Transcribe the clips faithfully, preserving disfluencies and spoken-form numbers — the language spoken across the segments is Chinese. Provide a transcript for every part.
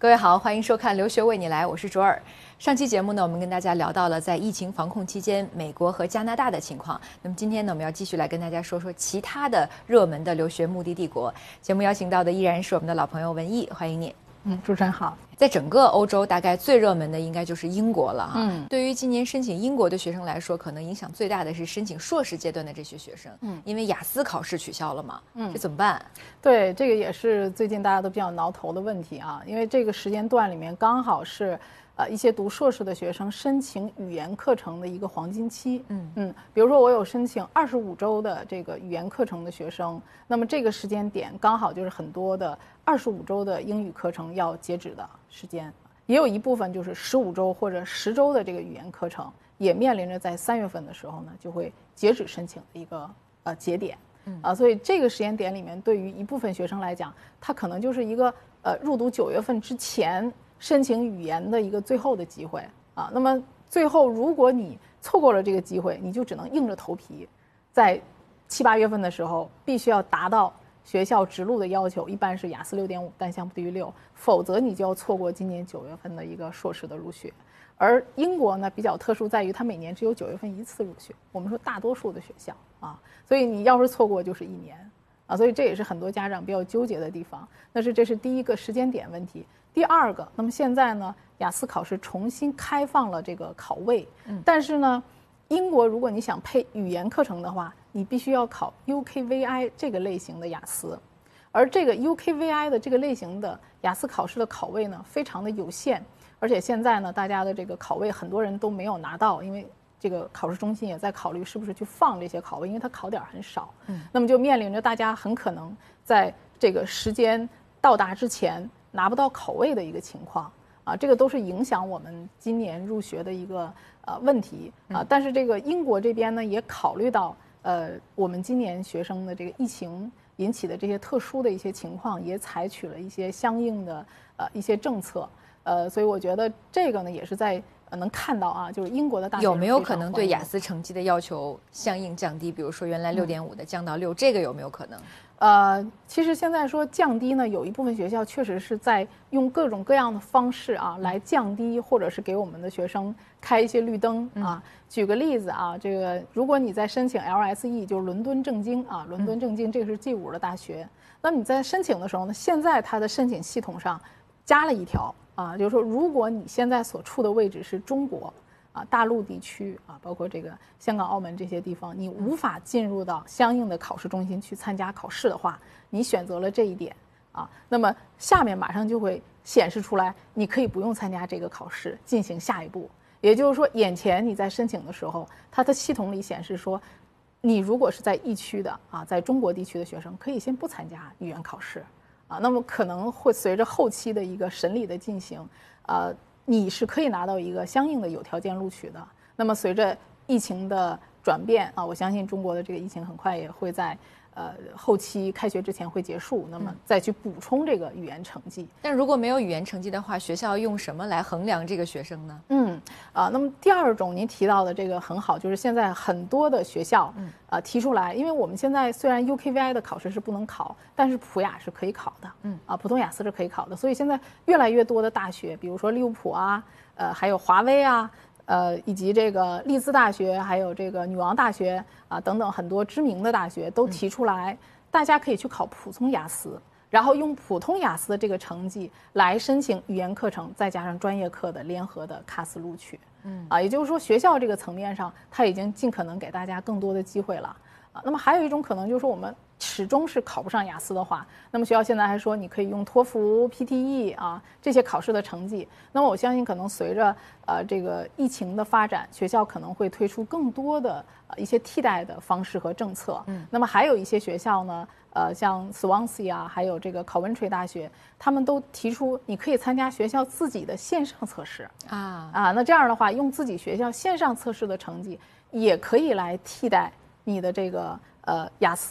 各位好，欢迎收看《留学为你来》，我是卓尔。上期节目呢，我们跟大家聊到了在疫情防控期间美国和加拿大的情况。那么今天呢，我们要继续来跟大家说说其他的热门的留学目的帝国。节目邀请到的依然是我们的老朋友文艺，欢迎你。 嗯，主持人好。 在整个欧洲，大概最热门的应该就是英国了哈。 嗯， 对于今年申请英国的学生来说，可能影响最大的是申请硕士阶段的这些学生。嗯，因为雅思考试取消了嘛。嗯，这怎么办？ 对，这个也是最近大家都比较挠头的问题啊，因为这个时间段里面刚好是。呃，一些读硕士的学生申请语言课程的一个黄金期，嗯嗯，比如说我有申请二十五周的这个语言课程的学生，那么这个时间点刚好就是很多的二十五周的英语课程要截止的时间，也有一部分就是十五周或者十周的这个语言课程也面临着在三月份的时候呢就会截止申请的一个呃节点，嗯啊，所以这个时间点里面对于一部分学生来讲，他可能就是一个呃入读九月份之前。申请语言的一个最后的机会啊，那么最后如果你错过了这个机会，你就只能硬着头皮，在七八月份的时候必须要达到学校直录的要求，一般是雅思六点五，单项不低于六，否则你就要错过今年九月份的一个硕士的入学。而英国呢比较特殊在于它每年只有九月份一次入学，我们说大多数的学校啊，所以你要是错过就是一年啊，所以这也是很多家长比较纠结的地方。那是这是第一个时间点问题。第二个，那么现在呢，雅思考试重新开放了这个考位，嗯，但是呢，英国如果你想配语言课程的话，你必须要考 U K V I 这个类型的雅思，而这个 U K V I 的这个类型的雅思考试的考位呢，非常的有限，而且现在呢，大家的这个考位很多人都没有拿到，因为这个考试中心也在考虑是不是去放这些考位，因为它考点很少，嗯，那么就面临着大家很可能在这个时间到达之前。拿不到考位的一个情况啊，这个都是影响我们今年入学的一个呃问题啊。但是这个英国这边呢，也考虑到呃我们今年学生的这个疫情引起的这些特殊的一些情况，也采取了一些相应的呃一些政策。呃，所以我觉得这个呢，也是在呃能看到啊，就是英国的大学有没有可能对雅思成绩的要求相应降低？比如说原来六点五的降到六，这个有没有可能？ 呃，其实现在说降低呢，有一部分学校确实是在用各种各样的方式啊来降低，或者是给我们的学生开一些绿灯啊。举个例子啊，这个如果你在申请 L S E， 就是伦敦政经啊，伦敦政经这个是 G 五的大学，那你在申请的时候呢，现在它的申请系统上加了一条啊，就是说如果你现在所处的位置是中国。啊，大陆地区啊，包括这个香港、澳门这些地方，你无法进入到相应的考试中心去参加考试的话，你选择了这一点啊，那么下面马上就会显示出来，你可以不用参加这个考试，进行下一步。也就是说，眼前你在申请的时候，它的系统里显示说，你如果是在疫区的啊，在中国地区的学生，可以先不参加语言考试啊，那么可能会随着后期的一个审理的进行，呃。你是可以拿到一个相应的有条件录取的。那么随着疫情的转变啊，我相信中国的这个疫情很快也会在呃后期开学之前会结束，那么再去补充这个语言成绩。 但如果没有语言成绩的话，学校用什么来衡量这个学生呢？ 嗯啊，那么第二种您提到的这个很好，就是现在很多的学校啊提出来，因为我们现在虽然 U K V I 的考试是不能考，但是普雅是可以考的，嗯啊，普通雅思是可以考的，所以现在越来越多的大学，比如说利物浦啊，呃，还有华威啊。呃，以及这个利兹大学，还有这个女王大学啊等等很多知名的大学都提出来，大家可以去考普通雅思，然后用普通雅思的这个成绩来申请语言课程，再加上专业课的联合的卡斯录取。嗯啊，也就是说学校这个层面上，它已经尽可能给大家更多的机会了啊。那么还有一种可能就是说我们始终是考不上雅思的话，那么学校现在还说你可以用托福、P T E 啊这些考试的成绩。那么我相信可能随着呃这个疫情的发展，学校可能会推出更多的呃一些替代的方式和政策。嗯，那么还有一些学校呢，呃像 Swansea 啊，还有这个考文垂大学，他们都提出你可以参加学校自己的线上测试啊啊，那这样的话，用自己学校线上测试的成绩也可以来替代你的这个呃雅思。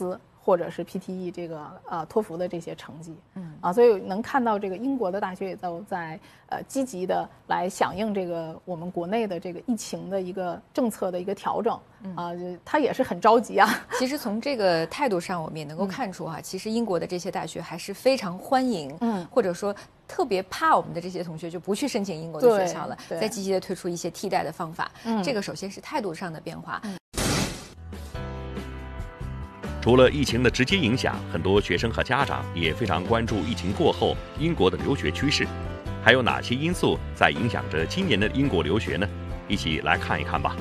或者是 P T E 这个呃托福的这些成绩，嗯啊，所以能看到这个英国的大学也都在呃积极的来响应这个我们国内的这个疫情的一个政策的一个调整，啊，他也是很着急啊。 其实从这个态度上，我们也能够看出哈、啊，其实英国的这些大学还是非常欢迎，嗯，或者说特别怕我们的这些同学就不去申请英国的学校了，再积极的推出一些替代的方法。嗯，这个首先是态度上的变化。嗯， 除了疫情的直接影响，很多学生和家长也非常关注疫情过后英国的留学趋势，还有哪些因素在影响着今年的英国留学呢？一起来看一看吧。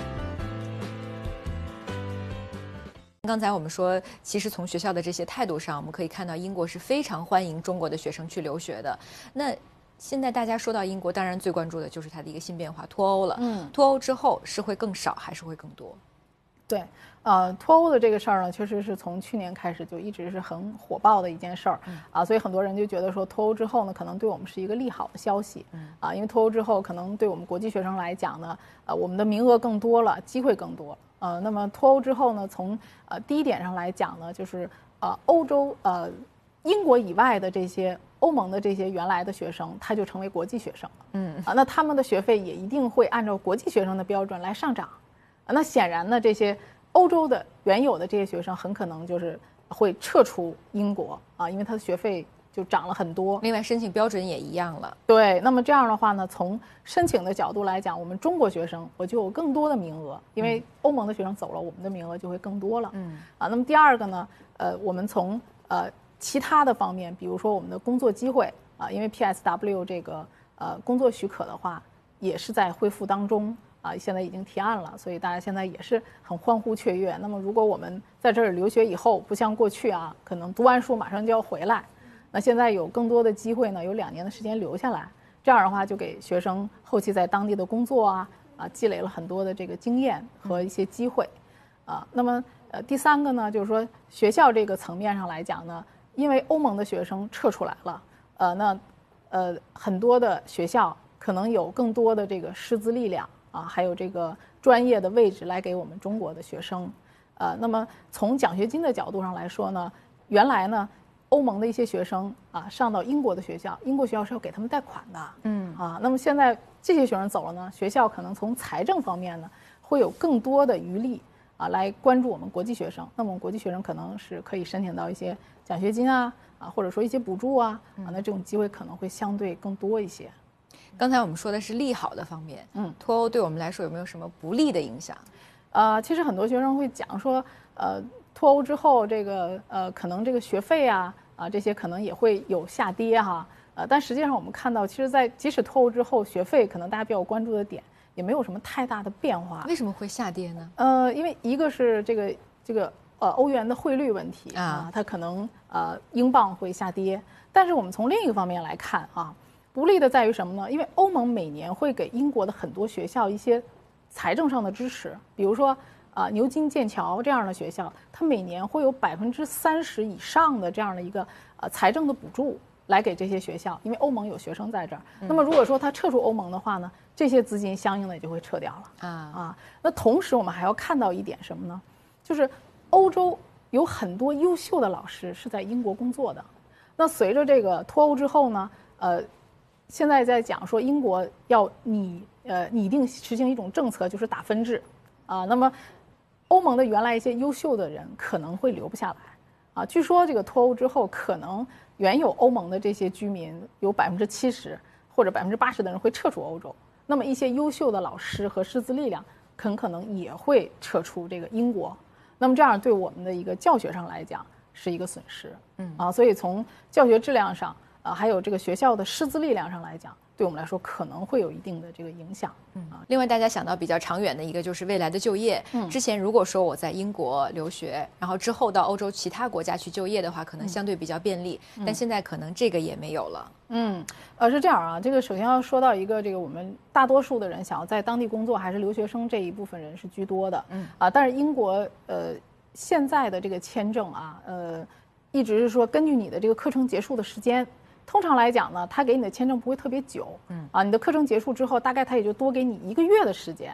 刚才我们说，其实从学校的这些态度上，我们可以看到英国是非常欢迎中国的学生去留学的。那现在大家说到英国，当然最关注的就是它的一个新变化——脱欧了。嗯，脱欧之后是会更少还是会更多？ 对，呃，脱欧的这个事儿呢，确实是从去年开始就一直是很火爆的一件事儿，嗯、啊，所以很多人就觉得说脱欧之后呢，可能对我们是一个利好的消息，嗯、啊，因为脱欧之后，可能对我们国际学生来讲呢，呃，我们的名额更多了，机会更多了，呃，那么脱欧之后呢，从呃第一点上来讲呢，就是呃欧洲呃英国以外的这些欧盟的这些原来的学生，他就成为国际学生了，嗯，啊，那他们的学费也一定会按照国际学生的标准来上涨。那显然呢，这些欧洲的原有的这些学生很可能就是会撤出英国啊，因为他的学费就涨了很多。 另外，申请标准也一样了。 对，那么这样的话呢，从申请的角度来讲，我们中国学生我就有更多的名额，因为欧盟的学生走了，我们的名额就会更多了。嗯啊，那么第二个呢，呃，我们从呃其他的方面，比如说我们的工作机会啊，因为 P S W 这个呃工作许可的话，也是在恢复当中。啊，现在已经提案了，所以大家现在也是很欢呼雀跃。那么，如果我们在这儿留学以后，不像过去啊，可能读完书马上就要回来，那现在有更多的机会呢，有两年的时间留下来，这样的话就给学生后期在当地的工作啊啊积累了很多的这个经验和一些机会啊。那么呃，第三个呢，就是说学校这个层面上来讲呢，因为欧盟的学生撤出来了，呃，那呃很多的学校可能有更多的这个师资力量。啊，还有这个专业的位置来给我们中国的学生，呃，那么从奖学金的角度上来说呢，原来呢，欧盟的一些学生啊上到英国的学校，英国学校是要给他们贷款的，嗯，啊，那么现在这些学生走了呢，学校可能从财政方面呢会有更多的余力啊来关注我们国际学生，那么我们国际学生可能是可以申请到一些奖学金啊啊，或者说一些补助啊啊，那这种机会可能会相对更多一些。 刚才我们说的是利好的方面，嗯，脱欧对我们来说有没有什么不利的影响？ 呃，其实很多学生会讲说，呃，脱欧之后，这个呃，可能这个学费啊啊这些可能也会有下跌哈，呃，但实际上我们看到，其实，在即使脱欧之后，学费可能大家比较关注的点也没有什么太大的变化。 为什么会下跌呢？ 呃，因为一个是这个这个呃欧元的汇率问题啊，它可能呃英镑会下跌，但是我们从另一个方面来看啊。不利的在于什么呢？因为欧盟每年会给英国的很多学校一些财政上的支持，比如说啊、呃、牛津、剑桥这样的学校，它每年会有百分之三十以上的这样的一个呃财政的补助来给这些学校，因为欧盟有学生在这儿。嗯、那么如果说它撤出欧盟的话呢，这些资金相应的也就会撤掉了啊啊。那同时我们还要看到一点什么呢？就是欧洲有很多优秀的老师是在英国工作的。那随着这个脱欧之后呢，呃。现在在讲说英国要拟呃拟定实行一种政策，就是打分制，啊，那么欧盟的原来一些优秀的人可能会留不下来，啊，据说这个脱欧之后，可能原有欧盟的这些居民有百分之七十或者百分之八十的人会撤出欧洲，那么一些优秀的老师和师资力量很可能也会撤出这个英国，那么这样对我们的一个教学上来讲是一个损失，嗯啊，所以从教学质量上。啊，还有这个学校的师资力量上来讲，对我们来说可能会有一定的这个影响。 嗯啊，另外大家想到比较长远的一个就是未来的就业。嗯，之前如果说我在英国留学，然后之后到欧洲其他国家去就业的话，可能相对比较便利，嗯、但现在可能这个也没有了。 嗯，呃，是这样啊，这个首先要说到一个这个我们大多数的人想要在当地工作，还是留学生这一部分人是居多的。嗯啊，但是英国呃现在的这个签证啊，呃，一直是说根据你的这个课程结束的时间。通常来讲呢，他给你的签证不会特别久，嗯啊，你的课程结束之后，大概他也就多给你一个月的时间，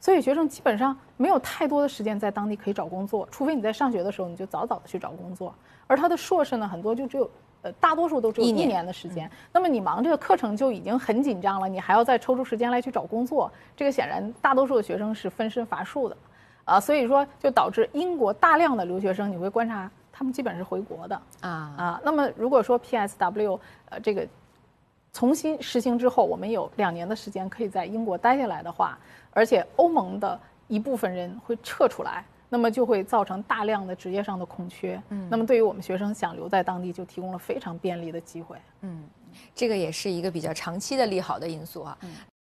所以学生基本上没有太多的时间在当地可以找工作，除非你在上学的时候你就早早的去找工作。而他的硕士呢，很多就只有呃大多数都只有一年的时间。那么你忙这个课程就已经很紧张了，你还要再抽出时间来去找工作，这个显然大多数的学生是分身乏术的。啊，所以说就导致英国大量的留学生，你会观察他们基本是回国的啊啊。那么如果说 P S W 呃这个重新实行之后，我们有两年的时间可以在英国待下来的话，而且欧盟的一部分人会撤出来，那么就会造成大量的职业上的空缺。嗯，那么对于我们学生想留在当地，就提供了非常便利的机会。 嗯，这个也是一个比较长期的利好的因素啊。嗯